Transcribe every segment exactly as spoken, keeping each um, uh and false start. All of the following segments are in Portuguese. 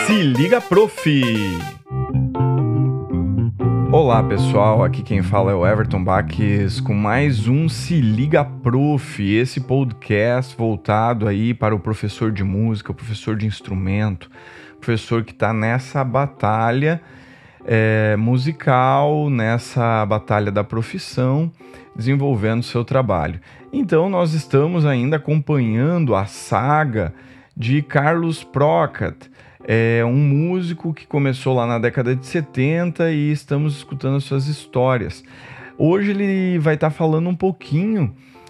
Se liga, prof! Olá pessoal, aqui quem fala é o Everton Baques com mais um Se Liga Prof, esse podcast voltado aí para o professor de música, o professor de instrumento, o professor que está nessa batalha é, musical, nessa batalha da profissão, desenvolvendo seu trabalho. Então nós estamos ainda acompanhando a saga de Carlos Prócat, é um músico que começou lá na década de setenta e estamos escutando suas histórias. Hoje ele vai estar falando um pouquinho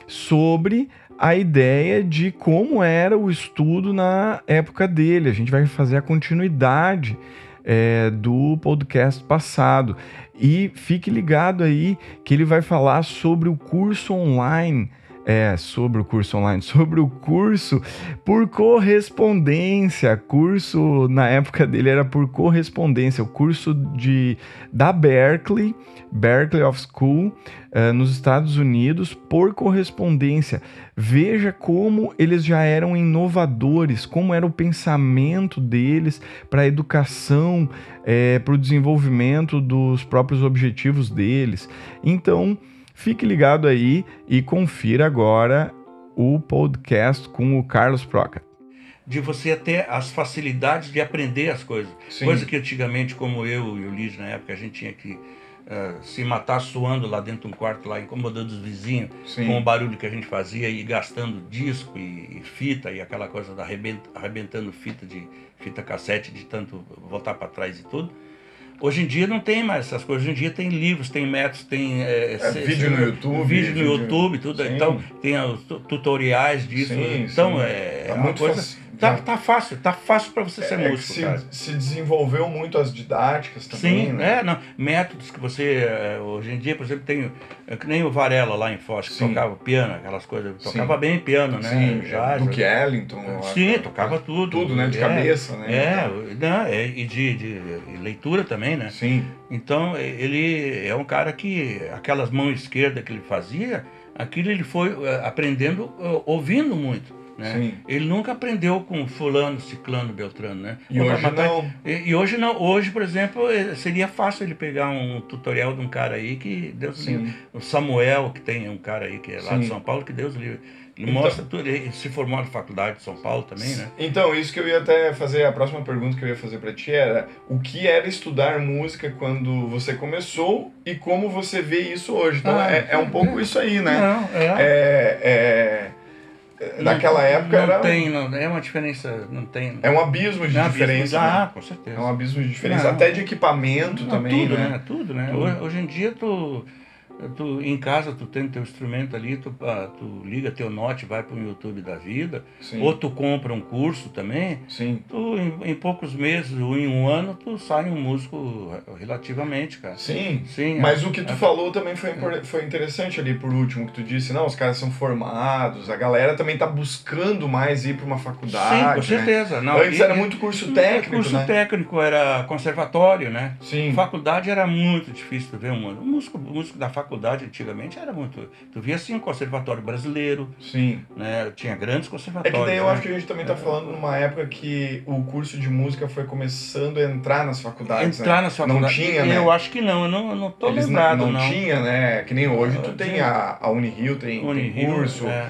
sobre a ideia de como era o estudo na época dele. A gente vai fazer a continuidade é, do podcast passado. E fique ligado aí que ele vai falar sobre o curso online. É, sobre o curso online, sobre o curso por correspondência, curso na época dele era por correspondência, o curso de, da Berklee, Berklee of School, uh, nos Estados Unidos, por correspondência. Veja como eles já eram inovadores, como era o pensamento deles para a educação, é, para o desenvolvimento dos próprios objetivos deles. Então, fique ligado aí e confira agora o podcast com o Carlos Prócat. De você ter as facilidades de aprender as coisas. Sim. Coisa que antigamente, como eu e o Liz na época, a gente tinha que uh, se matar suando lá dentro de um quarto, lá incomodando os vizinhos, Sim. com o barulho que a gente fazia e gastando disco e, e fita e aquela coisa da arrebent, arrebentando fita de fita cassete de tanto voltar para trás e tudo. Hoje em dia não tem mais essas coisas, hoje em dia tem livros, tem métodos, tem é, é, se, vídeo no YouTube, vídeo no YouTube, tudo. Sim. Então tem os tutoriais disso. Sim, então sim. é, tá é muito coisa, fácil. Tá, tá fácil, tá fácil para você ser é, músico, se, cara. Se desenvolveu muito as didáticas também, Sim, né? é, não, métodos que você, hoje em dia, por exemplo, tem, é, que nem o Varela lá em Foz, que Sim. tocava piano, aquelas coisas, tocava Sim. bem piano, né? Sim, jazz, Duke Ellington. Sim, acho, tocava tudo. Tudo, né? De é, cabeça, né? É, não, é e de, de e leitura também, né? Sim. Então, ele é um cara que, aquelas mãos esquerdas que ele fazia, aquilo ele foi aprendendo, ouvindo muito. Né? Ele nunca aprendeu com fulano, ciclano, beltrano, né? E hoje matar... não. E, e hoje não. Hoje, por exemplo, seria fácil ele pegar um tutorial de um cara aí que Deus livre. O Samuel, que tem um cara aí que é lá Sim. de São Paulo, que Deus livre. Ele então, mostra tudo. Ele se formou na faculdade de São Paulo também, né? Então, isso que eu ia até fazer, a próxima pergunta que eu ia fazer pra ti era o que era estudar música quando você começou e como você vê isso hoje. Então, ah, é, é um pouco é. isso aí, né? Não, é... é, é... Naquela não, época não era... tem, não, é uma diferença, não tem... É um abismo de é um diferença, abismo, né? Ah, com certeza. É um abismo de diferença, não, até de equipamento não, também, tudo, né? né? Tudo, né? Tudo. Hoje, hoje em dia, tu, tu, em casa, tu tem teu instrumento ali, tu, tu liga teu note, vai para o YouTube da vida, Sim. ou tu compra um curso também, Sim. tu, em, em poucos meses ou em um ano, tu sai um músico relativamente, cara. Sim, Sim mas é, o que tu é, falou também foi, foi interessante ali por último, que tu disse, não, os caras são formados, a galera também tá buscando mais ir para uma faculdade. Sim, com certeza. Né? Não, Antes e, era muito curso técnico, curso né? técnico, era conservatório, né? Sim. Faculdade era muito difícil tu ver um, um músico, um músico da faculdade antigamente era muito... Tu via assim um conservatório brasileiro. Sim. Né? Tinha grandes conservatórios. É que daí eu né? acho que a gente também tá falando numa época que o curso de música foi começando a entrar nas faculdades, Entrar né? nas faculdades. Não tinha, né? Eu acho que não, eu não, eu não tô Eles lembrado, não. não. Não tinha, né? Que nem hoje tu tem a, a Unirio, tem, Unirio, tem curso, é.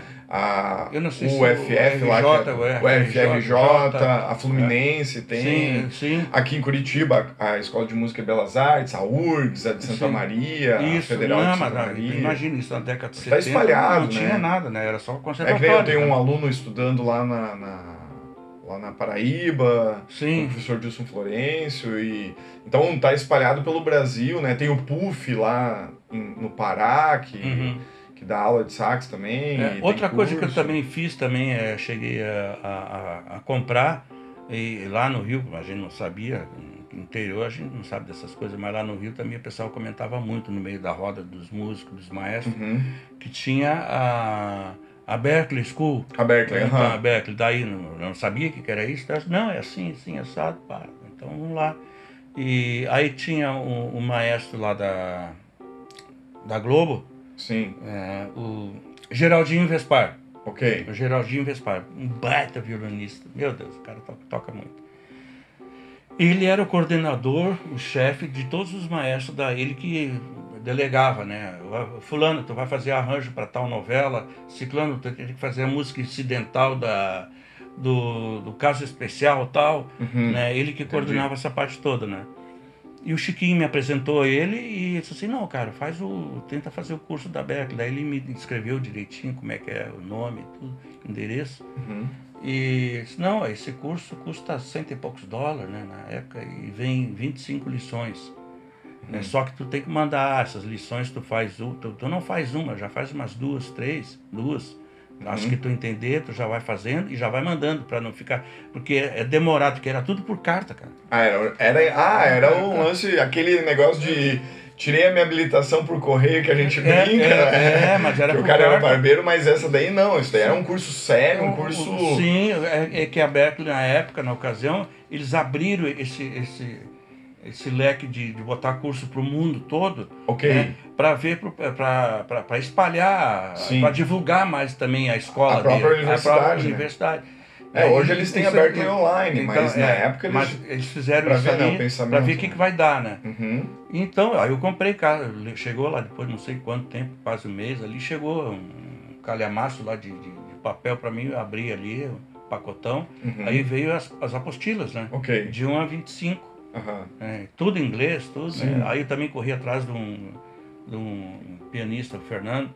a eu não sei o U F F o lá, J, que é, o F R J, a Fluminense é. tem, sim, sim. Aqui em Curitiba a Escola de Música e Belas Artes, a U R G S, a de Santa sim. Maria, isso, a Federal não, de Santa mas, Maria. Imagina isso na década de tá setenta, espalhado, não né? tinha nada, né? Era só conservatório. É que eu tenho né? um aluno estudando lá na, na lá na Paraíba, Sim. o professor Dilson Florencio, e então tá espalhado pelo Brasil, né? Tem o P U F lá em, no Pará, que, uhum. que dá aula de sax também. É, outra coisa que eu também fiz, também é, cheguei a, a, a comprar, e lá no Rio, a gente não sabia, no interior a gente não sabe dessas coisas, mas lá no Rio também o pessoal comentava muito no meio da roda dos músicos, dos maestros, uhum. que tinha a... A Berklee School. A Berklee, então, uhum. a Berklee, daí não, não sabia o que era isso. Não, é assim, assim, assado, pá. Então vamos lá. E aí tinha um, um maestro lá da, da Globo. Sim. É, o Geraldinho Vespar. Ok. O Geraldinho Vespar, um baita violonista. Meu Deus, o cara toca, toca muito. Ele era o coordenador, o chefe de todos os maestros, da, ele que delegava, né? Fulano, tu vai fazer arranjo para tal novela, Ciclano, tu tem que fazer a música incidental da, do, do caso especial tal, uhum. né? Ele que coordenava Entendi. Essa parte toda, né? E o Chiquinho me apresentou ele e disse assim, não, cara, faz o, tenta fazer o curso da Berklee. Daí ele me escreveu direitinho como é que é o nome, tudo, endereço. Uhum. E disse, não, esse curso custa cento e poucos dólares, né, na época, e vem vinte e cinco lições. Uhum. Né, só que tu tem que mandar essas lições, tu faz tu, tu não faz uma, já faz umas duas, três, duas. Uhum. Acho que tu entender, tu já vai fazendo e já vai mandando para não ficar, porque é demorado, porque era tudo por carta, cara. Ah, era, era, ah, era um lance, aquele negócio de tirei a minha habilitação por correio que a gente brinca, é, né? É, mas era que por o cara carta. Era barbeiro, mas essa daí não, isso daí era um curso sério, um curso... Sim, é, é que a Berklee na época, na ocasião, eles abriram esse... esse esse leque de, de botar curso para o mundo todo, okay. né, para ver, para espalhar, para divulgar mais também a escola a própria dele, universidade. A própria né? universidade. É, é, hoje eles têm a Berklee online, então, mas na é, época eles... Mas eles fizeram pra isso ver, ali para ver o que, que vai dar, né? Uhum. Então, aí eu comprei, cara, chegou lá depois não sei quanto tempo, quase um mês, ali chegou um calhamaço lá de, de, de papel para mim, eu abri ali, um pacotão, uhum. Aí veio as, as apostilas, né? Okay. De um a vinte e cinco. Uhum. É, tudo em inglês, tudo. Né? Aí eu também corri atrás de um, de um pianista, o Fernando,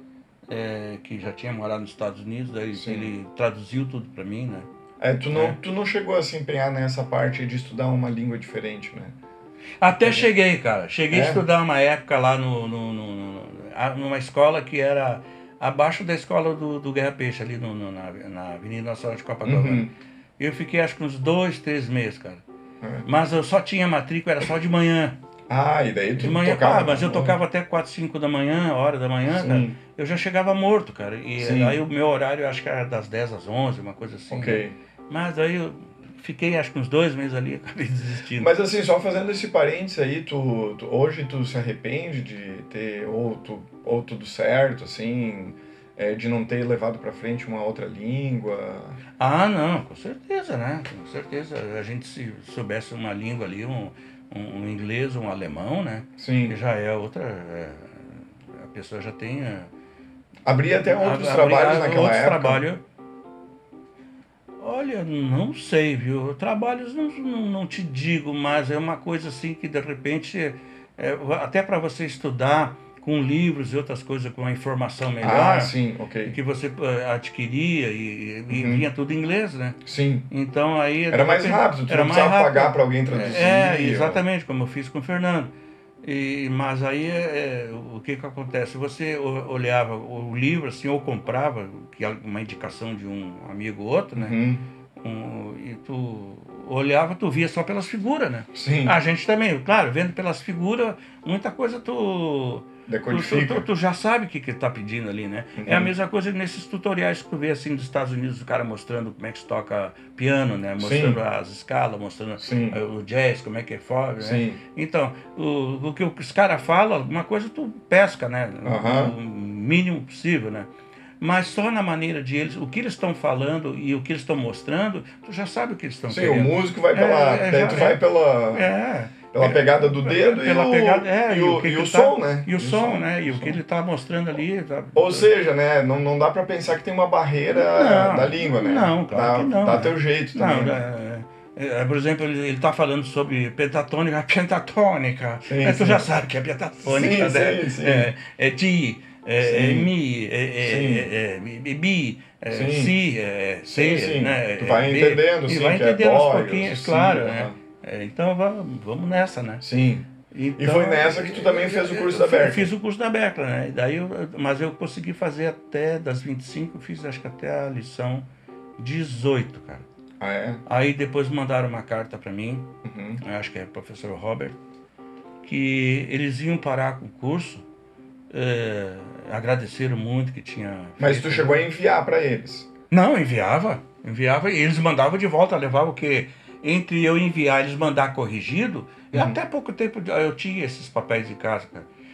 é, que já tinha morado nos Estados Unidos, daí Sim. ele traduziu tudo para mim, né? É, tu não, é. tu não chegou a se empenhar nessa parte de estudar uma língua diferente, né? Até é. cheguei, cara. Cheguei é? a estudar uma época lá no, no, no, no, numa escola que era abaixo da escola do, do Guerra Peixe, ali no, no, na, na Avenida Nacional de Copacabana. Uhum. Eu fiquei acho que uns dois, três meses, cara. Mas eu só tinha matrícula, era só de manhã. Ah, e daí tu de manhã, tocava? Ah, mas eu tocava até quatro, cinco da manhã, hora da manhã, Sim. cara. Eu já chegava morto, cara. E Sim. aí o meu horário, acho que era das dez às onze, uma coisa assim. Ok. Né? Mas aí eu fiquei, acho que uns dois meses ali, acabei desistindo. Mas assim, só fazendo esse parênteses aí, tu, tu, hoje tu se arrepende de ter, ou, tu, ou tudo certo, assim... É, de não ter levado para frente uma outra língua? Ah, não, com certeza, né? Com certeza. A gente se soubesse uma língua ali, um, um, um inglês, um alemão, né? Sim. Que já é outra... É, a pessoa já tem... É, abria até outros a, trabalhos naquela outros época? Trabalho, olha, não sei, viu? Trabalhos não, não, não te digo, mas é uma coisa assim que de repente... É, até para você estudar... com livros e outras coisas, com a informação melhor, ah, sim, okay. que você uh, adquiria e, e uhum. vinha tudo em inglês, né? Sim. Então aí... Era mais repente, rápido, tu era não precisava mais pagar para alguém traduzir. É, exatamente, ou... como eu fiz com o Fernando. E, mas aí é, o que que acontece? Você olhava o livro assim, ou comprava, que é uma indicação de um amigo ou outro, né? Uhum. Um, e tu olhava, tu via só pelas figuras, né? Sim. A gente também, claro, vendo pelas figuras, muita coisa tu... Tu, tu, tu já sabe o que que tá pedindo ali, né? Uhum. É a mesma coisa nesses tutoriais que tu vê assim dos Estados Unidos, o cara mostrando como é que se toca piano, né? Mostrando Sim. as escalas, mostrando Sim. o jazz, como é que é foda, Sim. né? Então, o, o que os caras falam, alguma coisa tu pesca, né? Uhum. O mínimo possível, né? Mas só na maneira de eles, o que eles estão falando e o que eles estão mostrando, tu já sabe o que eles estão querendo. Sim, o músico vai pela... É, é, já, tu vai pela... É... Pela pegada do dedo pela e, o, pegada, é, e, o, e, e o tá, som, né? E o, e o som, som, né? E o, o que ele está mostrando ali. Tá... Ou seja, né? Não, não dá para pensar que tem uma barreira não, da língua, né? Não, claro dá, que não. Dá né? teu jeito não, também. Né? É, é, por exemplo, ele está falando sobre pentatônica, pentatônica. Sim, é, sim. Tu já sabe que é pentatônica, sim, né? Sim, sim. É, é ti, é, é mi, é, é, é bi, é, si, é sim, C, sim. né? Tu vai é, entendendo, e sim, vai que entendendo é aos dó, pouquinhos, sim, claro, sim, né? É, então vamos, vamos nessa, né? Sim. Então, e foi nessa que tu também fez o curso da Berklee? Eu fiz o curso da Berklee, né? Daí eu, mas eu consegui fazer até, das vinte e cinco, eu fiz acho que até a lição dezoito, cara. Ah, é? Aí depois mandaram uma carta para mim, uhum. eu acho que é o professor Robert, que eles iam parar com o curso, é, agradeceram muito que tinha... Mas tu chegou a enviar para eles? Não, enviava, enviava e eles mandavam de volta, levavam o quê? Entre eu enviar e eles mandar corrigido, e uhum. até pouco tempo eu tinha esses papéis em casa, cara.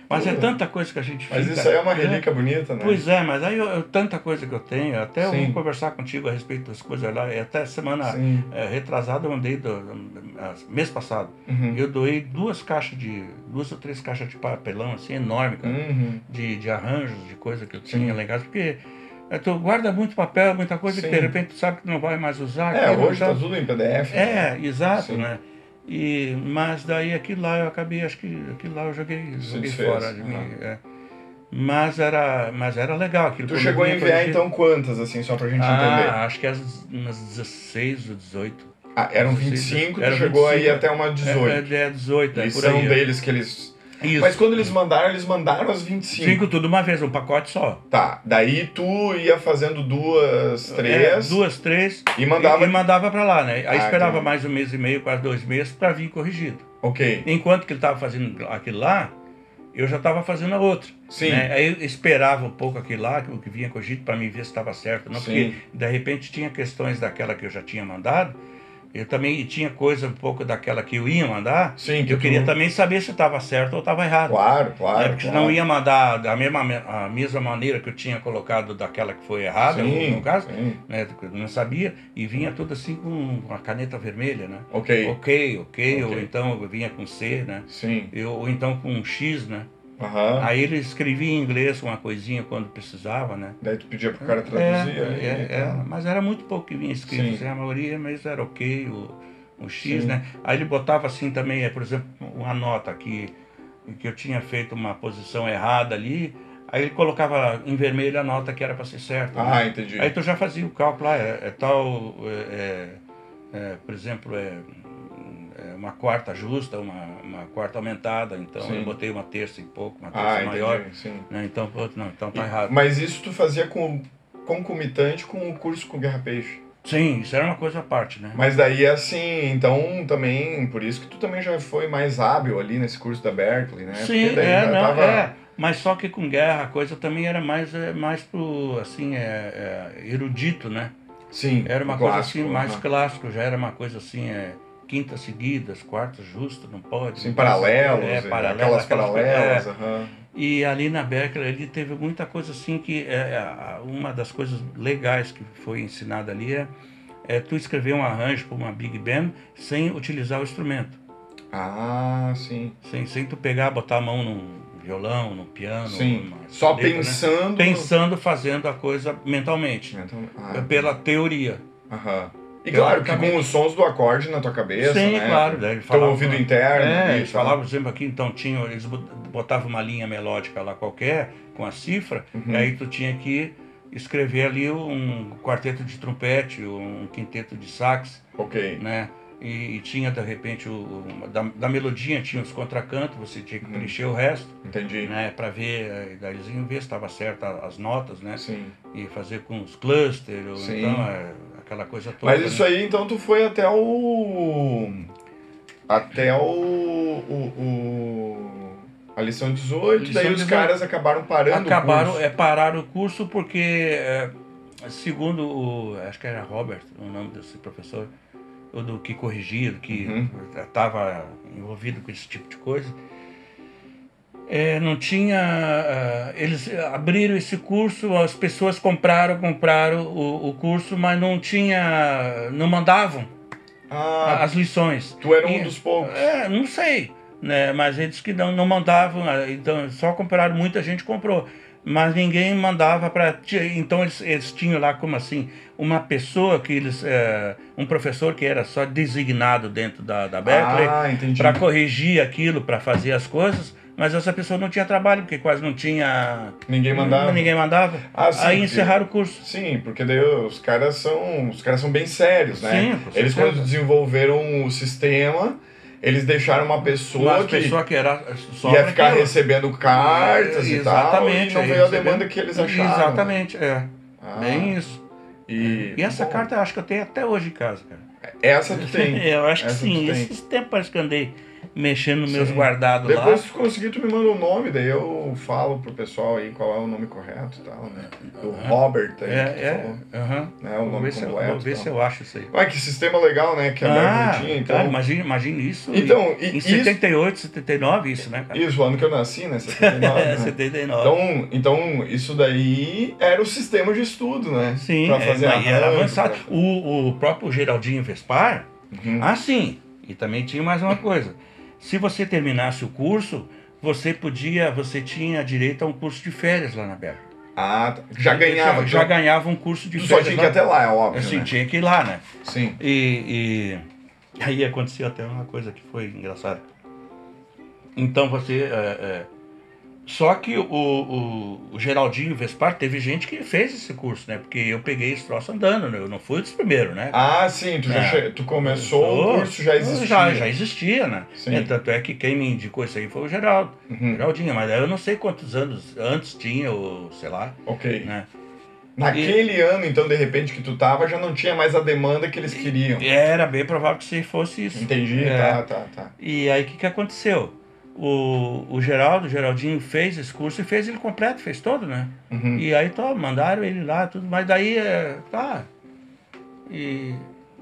Mas é tanta coisa que a gente Mas fica... isso aí é uma relíquia bonita, né? Pois é, mas aí eu, eu, tanta coisa que eu tenho, até eu Sim. vou conversar contigo a respeito das coisas lá, e até semana é, retrasada eu mandei, do, mês passado, uhum. eu doei duas caixas de, duas ou três caixas de papelão, assim, enorme, cara, uhum. de, de arranjos, de coisa que eu tinha lá em casa, porque tu guarda muito papel, muita coisa, Sim. que de repente tu sabe que não vai mais usar. É, hoje tá tudo em P D F. É, né? Exato, Sim. né? E, mas daí aquilo lá eu acabei, acho que aquilo lá eu joguei, joguei fora de uhum. mim. É. Mas era, mas era legal aquilo. Tu chegou a enviar então quantas, assim, só pra gente ah, entender? Acho que as, umas dezesseis ou dezoito. Ah, eram vinte e cinco, tu chegou aí até uma dezoito. É, é dezoito, é, é por são aí. deles que eles... Isso. Mas quando eles mandaram, eles mandaram as vinte e cinco. Cinco tudo uma vez, um pacote só. Tá, daí tu ia fazendo duas, três... É, duas, três... E mandava... E, e mandava pra lá, né? Aí ah, esperava entendi. mais um mês e meio, quase dois meses, pra vir corrigido. Ok. Enquanto que ele tava fazendo aquilo lá, eu já estava fazendo a outra. Sim. Né? Aí eu esperava um pouco aquilo lá, o que vinha corrigido, para mim ver se estava certo. Não, porque de repente tinha questões daquela que eu já tinha mandado, eu também tinha coisa um pouco daquela que eu ia mandar, Sim, que eu tu... queria também saber se estava certo ou estava errado. Claro, claro. Né? Porque claro. senão ia mandar da mesma, a mesma maneira que eu tinha colocado daquela que foi errada, sim, no caso, sim. né? Eu não sabia, e vinha tudo assim com uma caneta vermelha, né? Ok. Ok, ok, ou então vinha com C, né? Sim. Eu, ou então com um X, né? Uhum. Aí ele escrevia em inglês uma coisinha quando precisava, né? Daí tu pedia pro cara traduzir. É, ali, é, é, mas era muito pouco que vinha escrito, assim, a maioria, mas era ok, o, o X, Sim. né? Aí ele botava assim também, é, por exemplo, uma nota que, que eu tinha feito uma posição errada ali, aí ele colocava em vermelho a nota que era para ser certa. Ah, né? entendi. Aí tu já fazia o cálculo, ah, é, é tal, é, é, por exemplo, é... uma quarta justa, uma, uma quarta aumentada, então sim. eu botei uma terça e pouco, uma terça ah, maior, sim. Né? Então, pô, não, então tá e, errado. Mas isso tu fazia com, concomitante com o curso com Guerra Peixe? Sim, isso era uma coisa à parte, né? Mas daí assim, então também, por isso que tu também já foi mais hábil ali nesse curso da Berkeley, né? Sim, daí é, não, tava... é, mas só que com guerra a coisa também era mais, mais pro, assim, é, é, erudito, né? Sim, era uma coisa clássico, assim, mais uhum. clássico, já era uma coisa assim, é, quintas seguidas, quartas justas, não pode. Sim, não paralelos, é, paralelo, aquelas, aquelas paralelas, é, uhum. E ali na Berkeley ele teve muita coisa assim que é, uma das coisas legais que foi ensinada ali é, é tu escrever um arranjo para uma big band sem utilizar o instrumento. Ah, sim. Sem, sem tu pegar, botar a mão num violão, num piano. Sim, só letra, pensando... Né? Pensando, fazendo a coisa mentalmente, Mental... ah, pela teoria. Aham. E claro, que com os sons do acorde na tua cabeça, Sim, né? claro. Teu falava, ouvido interno. É, eles falavam, por exemplo, aqui, então, tinha, eles botavam uma linha melódica lá qualquer, com a cifra, uhum. e aí tu tinha que escrever ali um quarteto de trompete, um quinteto de sax. Ok. Né? E, e tinha, de repente, o, o da, da melodia tinha os contracantos, você tinha que hum. preencher o resto. Entendi. Né? Para ver, daí eles iam ver se estava certa as notas, né? Sim. E fazer com os clusters, ou Sim. então... É, aquela coisa toda. Mas isso né? aí, então, tu foi até o... Até o... o, o... a lição dezoito, lição daí os dezoito. Caras acabaram parando acabaram, o curso. É, pararam o curso porque, é, segundo o... Acho que era Robert, o nome desse professor, o do que corrigia, que estava uhum. envolvido com esse tipo de coisa, é, não tinha... Uh, eles abriram esse curso, as pessoas compraram, compraram o, o curso, mas não tinha... não mandavam ah, as lições. Tu era um e, dos poucos. É, não sei, né? Mas eles que não, não mandavam, então só compraram, muita gente comprou. Mas ninguém mandava para... Então eles, eles tinham lá como assim, uma pessoa que eles... É, um professor que era só designado dentro da, da Berkeley ah, para corrigir aquilo, para fazer as coisas. Mas essa pessoa não tinha trabalho, porque quase não tinha... Ninguém mandava. Ninguém mandava. Ah, sim, aí encerraram o curso. Sim, porque daí os caras são, os caras são bem sérios, né? Sim, com eles quando desenvolveram o sistema, eles deixaram uma pessoa uma que, pessoa que era só ia ficar aquilo. recebendo cartas é, e exatamente, tal, e não veio a demanda que eles acharam. Exatamente, é. Ah, bem isso. E, e essa bom, carta eu acho que eu tenho até hoje em casa, cara. Essa tu tem. Eu acho que essa sim. Esses tempos parece que andei mexendo nos Sim. meus guardados Depois, lá. Depois, se conseguir, tu me manda o nome, daí eu falo pro pessoal aí qual é o nome correto e tal, né? Do uhum. Robert aí, é, que tu é, falou. Uhum. Né? O vou nome ver completo. Se eu, vou ver se eu acho isso aí. Ué, que sistema legal, né? Que é ah, bem então. Cara, imagine, imagine isso. Então, em, e, em setenta e oito, setenta e nove, isso, né, cara? Isso, o ano que eu nasci, né? setenta e nove. É, né? setenta e nove. Então, então, isso daí era o sistema de estudo, né? Sim, pra fazer é, arranjo, era avançado. Pra... O, o próprio Geraldinho Vespar, uhum. ah, sim, e também tinha mais uma coisa. Se você terminasse o curso, você podia, você tinha direito a um curso de férias lá na Berkeley. Ah, já ganhava. Já, já ganhava um curso de tu férias. Só tinha que ir até lá, é óbvio, Assim, né? tinha que ir lá, né? Sim. E, e aí aconteceu até uma coisa que foi engraçada. Então você... É, é, só que o, o, o Geraldinho Vespar, teve gente que fez esse curso, né? Porque eu peguei esse troço andando, né? Eu não fui dos primeiros, né? Ah, sim, tu, já é. che... tu começou, sou, o curso já existia. Já, já existia, né? Sim. É, tanto é que quem me indicou isso aí foi o Geraldo. Uhum. Geraldinho, mas eu não sei quantos anos antes tinha, ou sei lá. Ok. Né? Naquele e... ano, então, de repente, que tu tava, já não tinha mais a demanda que eles queriam. Era bem provável que se fosse isso. Entendi, é. tá, tá, tá. E aí, o que, que aconteceu? O, o Geraldo, o Geraldinho fez esse curso e fez ele completo, fez todo, né? Uhum. E aí, tó, mandaram ele lá, tudo, mas daí, é, tá. E...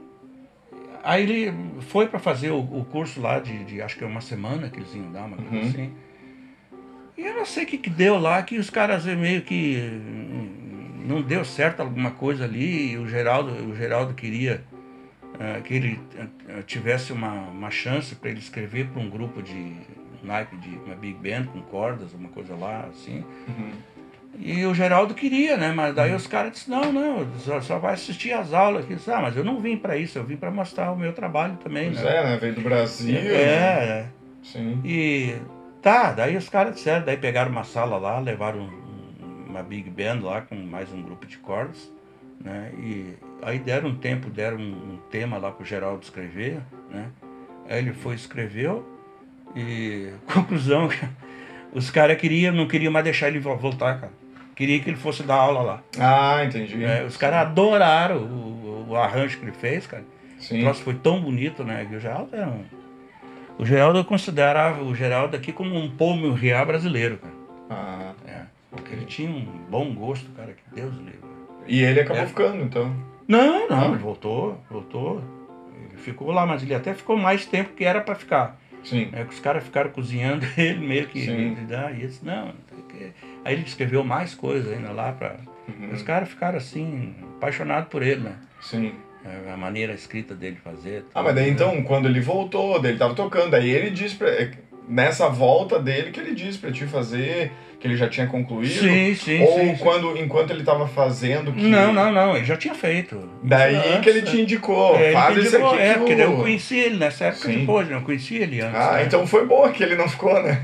Aí ele foi para fazer o, o curso lá de, de, acho que é uma semana que eles iam dar, uma coisa uhum. assim. E eu não sei o que, que deu lá, que os caras meio que não deu certo alguma coisa ali, e o Geraldo, o Geraldo queria uh, que ele uh, tivesse uma, uma chance para ele escrever para um grupo de naipe de uma big band com cordas, uma coisa lá, assim. Uhum. E o Geraldo queria, né? Mas daí os caras disseram, não, não, só, só vai assistir as aulas aqui. Ah, mas eu não vim para isso, eu vim para mostrar o meu trabalho também, pois né? é, né? Veio do Brasil. É, né? é. Sim. E tá, daí os caras disseram, daí pegaram uma sala lá, levaram um, uma big band lá com mais um grupo de cordas, né? E aí deram um tempo, deram um, um tema lá pro Geraldo escrever, né? Aí ele foi, escreveu e conclusão, os caras queriam, não queriam mais deixar ele voltar, cara. Queria que ele fosse dar aula lá. Ah, entendi. É, os caras adoraram o, o arranjo que ele fez, cara. Sim. O troço foi tão bonito, né? Que o Geraldo era um... O Geraldo eu considerava o Geraldo aqui como um Paul Riá brasileiro, cara. Ah, é. Porque ele tinha um bom gosto, cara, que Deus livre. E ele acabou é. ficando, então? Não, não, ele voltou, voltou. Ele ficou lá, mas ele até ficou mais tempo que era para ficar. Sim. É que os caras ficaram cozinhando ele meio que... Sim. Ah, e disse, não, que... Aí ele escreveu mais coisas ainda lá para... Uhum. Os caras ficaram assim, apaixonados por ele, né? Sim. A maneira escrita dele fazer. Ah, mas daí então, quando ele voltou, daí ele tava tocando, aí ele disse pra... Nessa volta dele que ele disse pra ti fazer, que ele já tinha concluído? Sim, sim, Ou sim, quando, sim. enquanto ele tava fazendo que... Não, não, não, ele já tinha feito. Daí antes, que ele te indicou, é, faz ele isso indicou, aqui é, que porque o... eu conheci ele nessa época sim. depois, não conhecia ele antes. Ah, né? então foi boa que ele não ficou, né?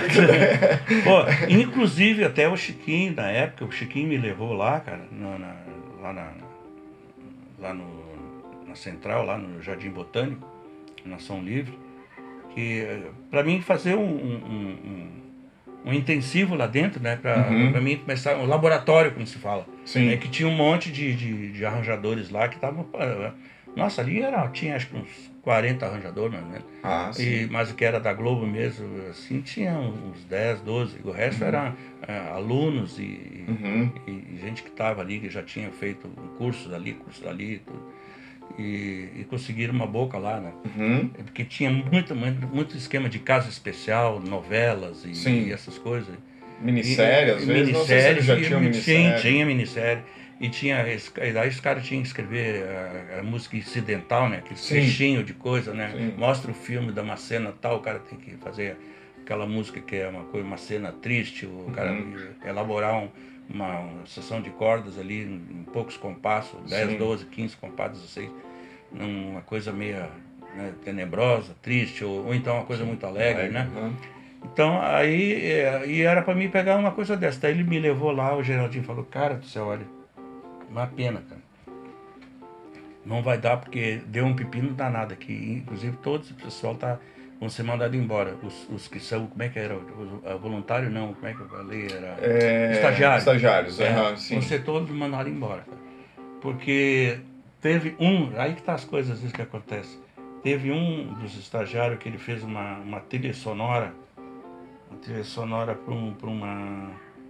Pô, inclusive até o Chiquinho, na época, o Chiquinho me levou lá, cara, na, na, lá, na, lá no, na Central, lá no Jardim Botânico, na Ação Livre, que para mim fazer um, um, um, um intensivo lá dentro, né, para uhum. mim começar um laboratório, como se fala, sim. Né, que tinha um monte de, de, de arranjadores lá que estavam, nossa, ali era, tinha acho que uns quarenta arranjadores, né, ah, sim. E, mas que era da Globo mesmo, assim, tinha uns dez, doze, o resto uhum. eram uh, alunos e, uhum. e, e gente que estava ali, que já tinha feito cursos ali, cursos ali, tudo. E, e conseguiram uma boca lá, né? Uhum. Porque tinha muito, muito, muito esquema de casa especial, novelas e, e essas coisas. Minissérie, às vezes, não sei se eles já tinham minissérie. Tinha, tinha minissérie. E tinha, aí os caras tinham que escrever a, a música incidental, né? Aquele trechinho de coisa, né? Sim. Mostra o filme, dá uma cena tal, o cara tem que fazer aquela música que é uma, coisa, uma cena triste, o cara uhum. elaborar um, uma, uma sessão de cordas ali em, em poucos compassos, dez, doze, quinze compassos, assim, uma coisa meio né, tenebrosa, triste, ou, ou então uma coisa Sim. muito alegre, né? Uhum. Então, aí, é, e era para mim pegar uma coisa dessa. Daí ele me levou lá, o Geraldinho falou, cara do céu, olha, uma pena, cara. Não vai dar porque deu um pepino danado aqui. Inclusive, todos o pessoal tá, vão ser mandados embora. Os, os que são, como é que era? O, o voluntário não, como é que eu falei? Era é, estagiários. Estagiários, é, uhum, sim. Vão ser todos mandados embora, cara. Porque teve um, aí que tá as coisas às vezes que acontecem. teve um dos estagiários que ele fez uma, uma trilha sonora, uma trilha sonora para um, uma...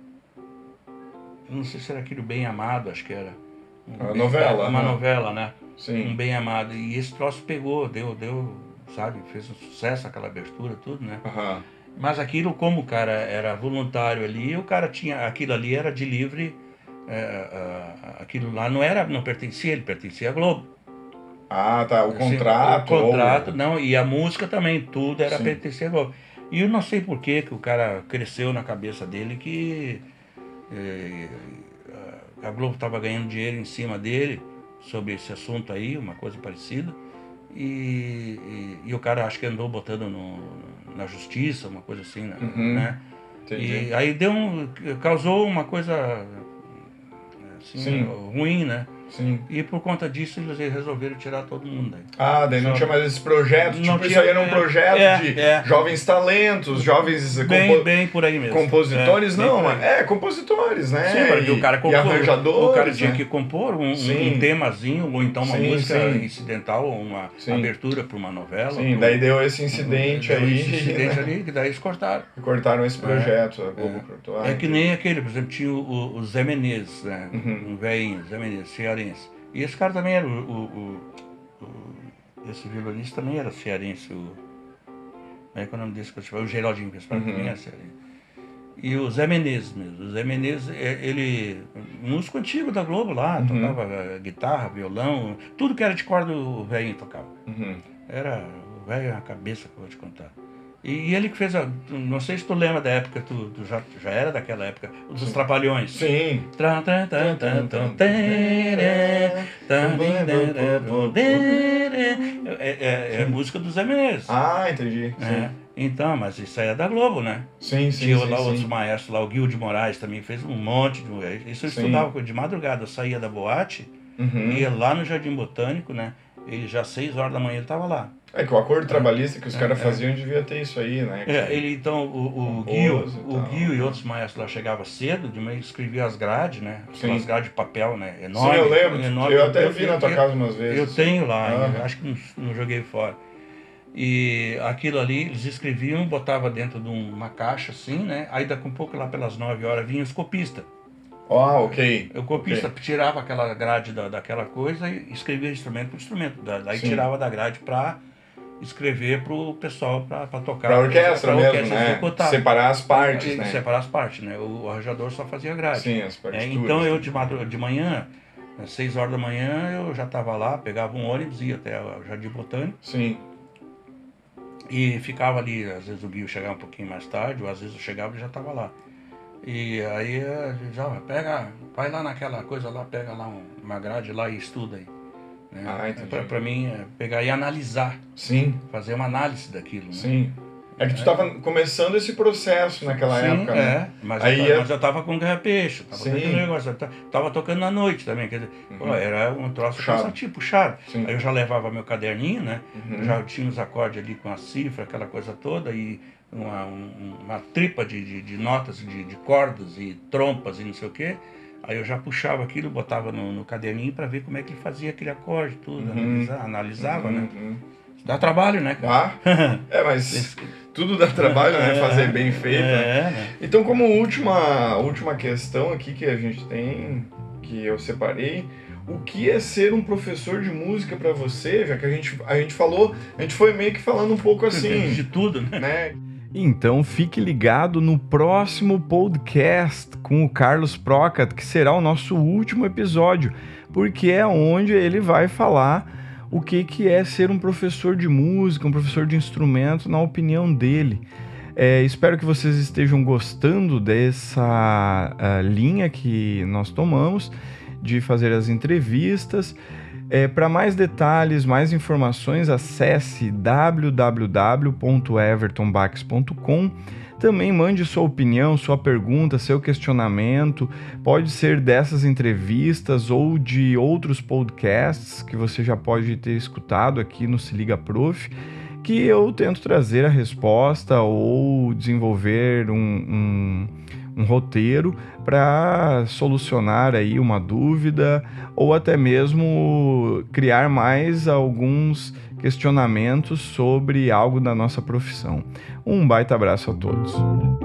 Eu não sei se era aquele Bem Amado, acho que era. Um uma bem, novela. Uma né? novela, né? Sim. Um Bem Amado. E esse troço pegou, deu, deu, sabe, fez um sucesso, aquela abertura, tudo, né? Uhum. Mas aquilo, como o cara era voluntário ali, o cara tinha, aquilo ali era de livre, é, é, aquilo lá não era, não pertencia, ele pertencia à Globo. Ah, tá, o contrato. Assim, o contrato, ou... não, e a música também, tudo era pertencia à Globo. E eu não sei por que que o cara cresceu na cabeça dele que é, a Globo estava ganhando dinheiro em cima dele sobre esse assunto aí, uma coisa parecida. E, e, e o cara acho que andou botando no, na justiça, uma coisa assim, né? Uhum, né? E aí deu um, causou uma coisa assim, ruim, né? Sim. E por conta disso eles resolveram tirar todo mundo daí. Ah, daí não Só... tinha mais esse projeto, não tipo, tinha, isso aí era um projeto é, de é. jovens talentos, jovens bem, compo... bem por aí mesmo. Compositores, é, não, mas é, compositores, né? Sim, porque o cara compor, e arranjadores, o cara tinha né? que compor um, um temazinho, ou então uma sim, música sim. incidental, ou uma sim. abertura para uma novela. Sim, pro... daí deu esse incidente deu aí. Esse incidente né? ali, que daí eles cortaram. Cortaram esse projeto. É, a Globo é. cortou. Ah, é que nem aquele, por exemplo, tinha o, o Zé Menezes, né? Uhum. Um velhinho, Zé Menezes, cearense. E esse cara também era o, o, o, o esse violonista também era cearense, o, como é que é o nome desse festival? O Geraldinho, que esse cara também era cearense. E o Zé Menezes mesmo, o Zé Menezes, ele, músico antigo da Globo lá, uhum. tocava guitarra, violão, tudo que era de corda o velhinho tocava. Uhum. Era o velho a cabeça que eu vou te contar. E ele que fez, a, não sei se tu lembra da época, tu, tu já, já era daquela época, dos Sim. Trapalhões. Sim. É, é, é música do Zé Menezes. Ah, entendi. É. Então, mas isso aí é da Globo, né? Sim, sim, Tinha sim, lá sim. outros maestros, lá o Guilherme de Moraes também fez um monte de... Isso eu sim. estudava de madrugada, eu saía da boate, uhum. ia lá no Jardim Botânico, né? Ele já às seis horas da manhã ele estava lá. É que o acordo trabalhista que os é, caras é. faziam devia ter isso aí, né? É, ele então, o, o Guil, o Guil e outros maestros lá chegavam cedo, de manhã escreviam as grades, né? Aquelas grades de papel, né? Enorme. Sim, eu lembro. Enorme, eu até eu, vi eu, na tua eu, casa umas vezes. Eu tenho lá, ah. eu acho que não, não joguei fora. E aquilo ali, eles escreviam, botavam dentro de uma caixa assim, né? Aí daqui a um pouco, lá pelas nove horas, vinha os copistas. Ah, ok. O copista okay. tirava aquela grade da, daquela coisa e escrevia instrumento por instrumento. Daí Sim. tirava da grade para escrever para o pessoal, para tocar. Para a orquestra mesmo, orquestra né? Executar. Separar as partes, e, né? Separar as partes, né? O arranjador só fazia grade. Sim, as partituras. É, então eu de, madru... de manhã, às seis horas da manhã, eu já estava lá, pegava um ônibus, ia até o Jardim Botânico. Sim. E ficava ali, às vezes o Guio chegava um pouquinho mais tarde, ou às vezes eu chegava e já estava lá. E aí já pega, vai lá naquela coisa lá, pega lá uma grade lá e estuda aí. Né? Ah, pra, pra mim é pegar e analisar. Sim. Fazer uma análise daquilo. Né? Sim. É que tu estava é. começando esse processo naquela Sim, época, é. né? Mas, aí eu, mas eu tava com guerra-peixe, tava Sim. tocando negócio, tava tocando na noite também, quer dizer, uhum. pô, era um troço puxado. cansativo, puxado. Sim. Aí eu já levava meu caderninho, né? Uhum. Já tinha os acordes ali com a cifra, aquela coisa toda, e uma, um, uma tripa de, de, de notas, de, de cordas e trompas e não sei o quê. Aí eu já puxava aquilo, botava no, no caderninho para ver como é que ele fazia aquele acorde, tudo, uhum. analisava, analisava uhum. né? Dá trabalho, né, cara? Ah, é, mas tudo dá trabalho, né? Fazer bem feito. É, né? né? Então, como última, última questão aqui que a gente tem, que eu separei, o que é ser um professor de música para você? Já que a gente, a gente falou, a gente foi meio que falando um pouco assim... De tudo, né? né? Então fique ligado no próximo podcast com o Carlos Procat, que será o nosso último episódio, porque é onde ele vai falar o que, que é ser um professor de música, um professor de instrumento, na opinião dele. É, espero que vocês estejam gostando dessa uh, linha que nós tomamos de fazer as entrevistas. É, para mais detalhes, mais informações, acesse w w w ponto everton bax ponto com. Também mande sua opinião, sua pergunta, seu questionamento. Pode ser dessas entrevistas ou de outros podcasts que você já pode ter escutado aqui no Se Liga Prof, que eu tento trazer a resposta ou desenvolver um, um, um roteiro para solucionar aí uma dúvida ou até mesmo criar mais alguns questionamentos sobre algo da nossa profissão. Um baita abraço a todos.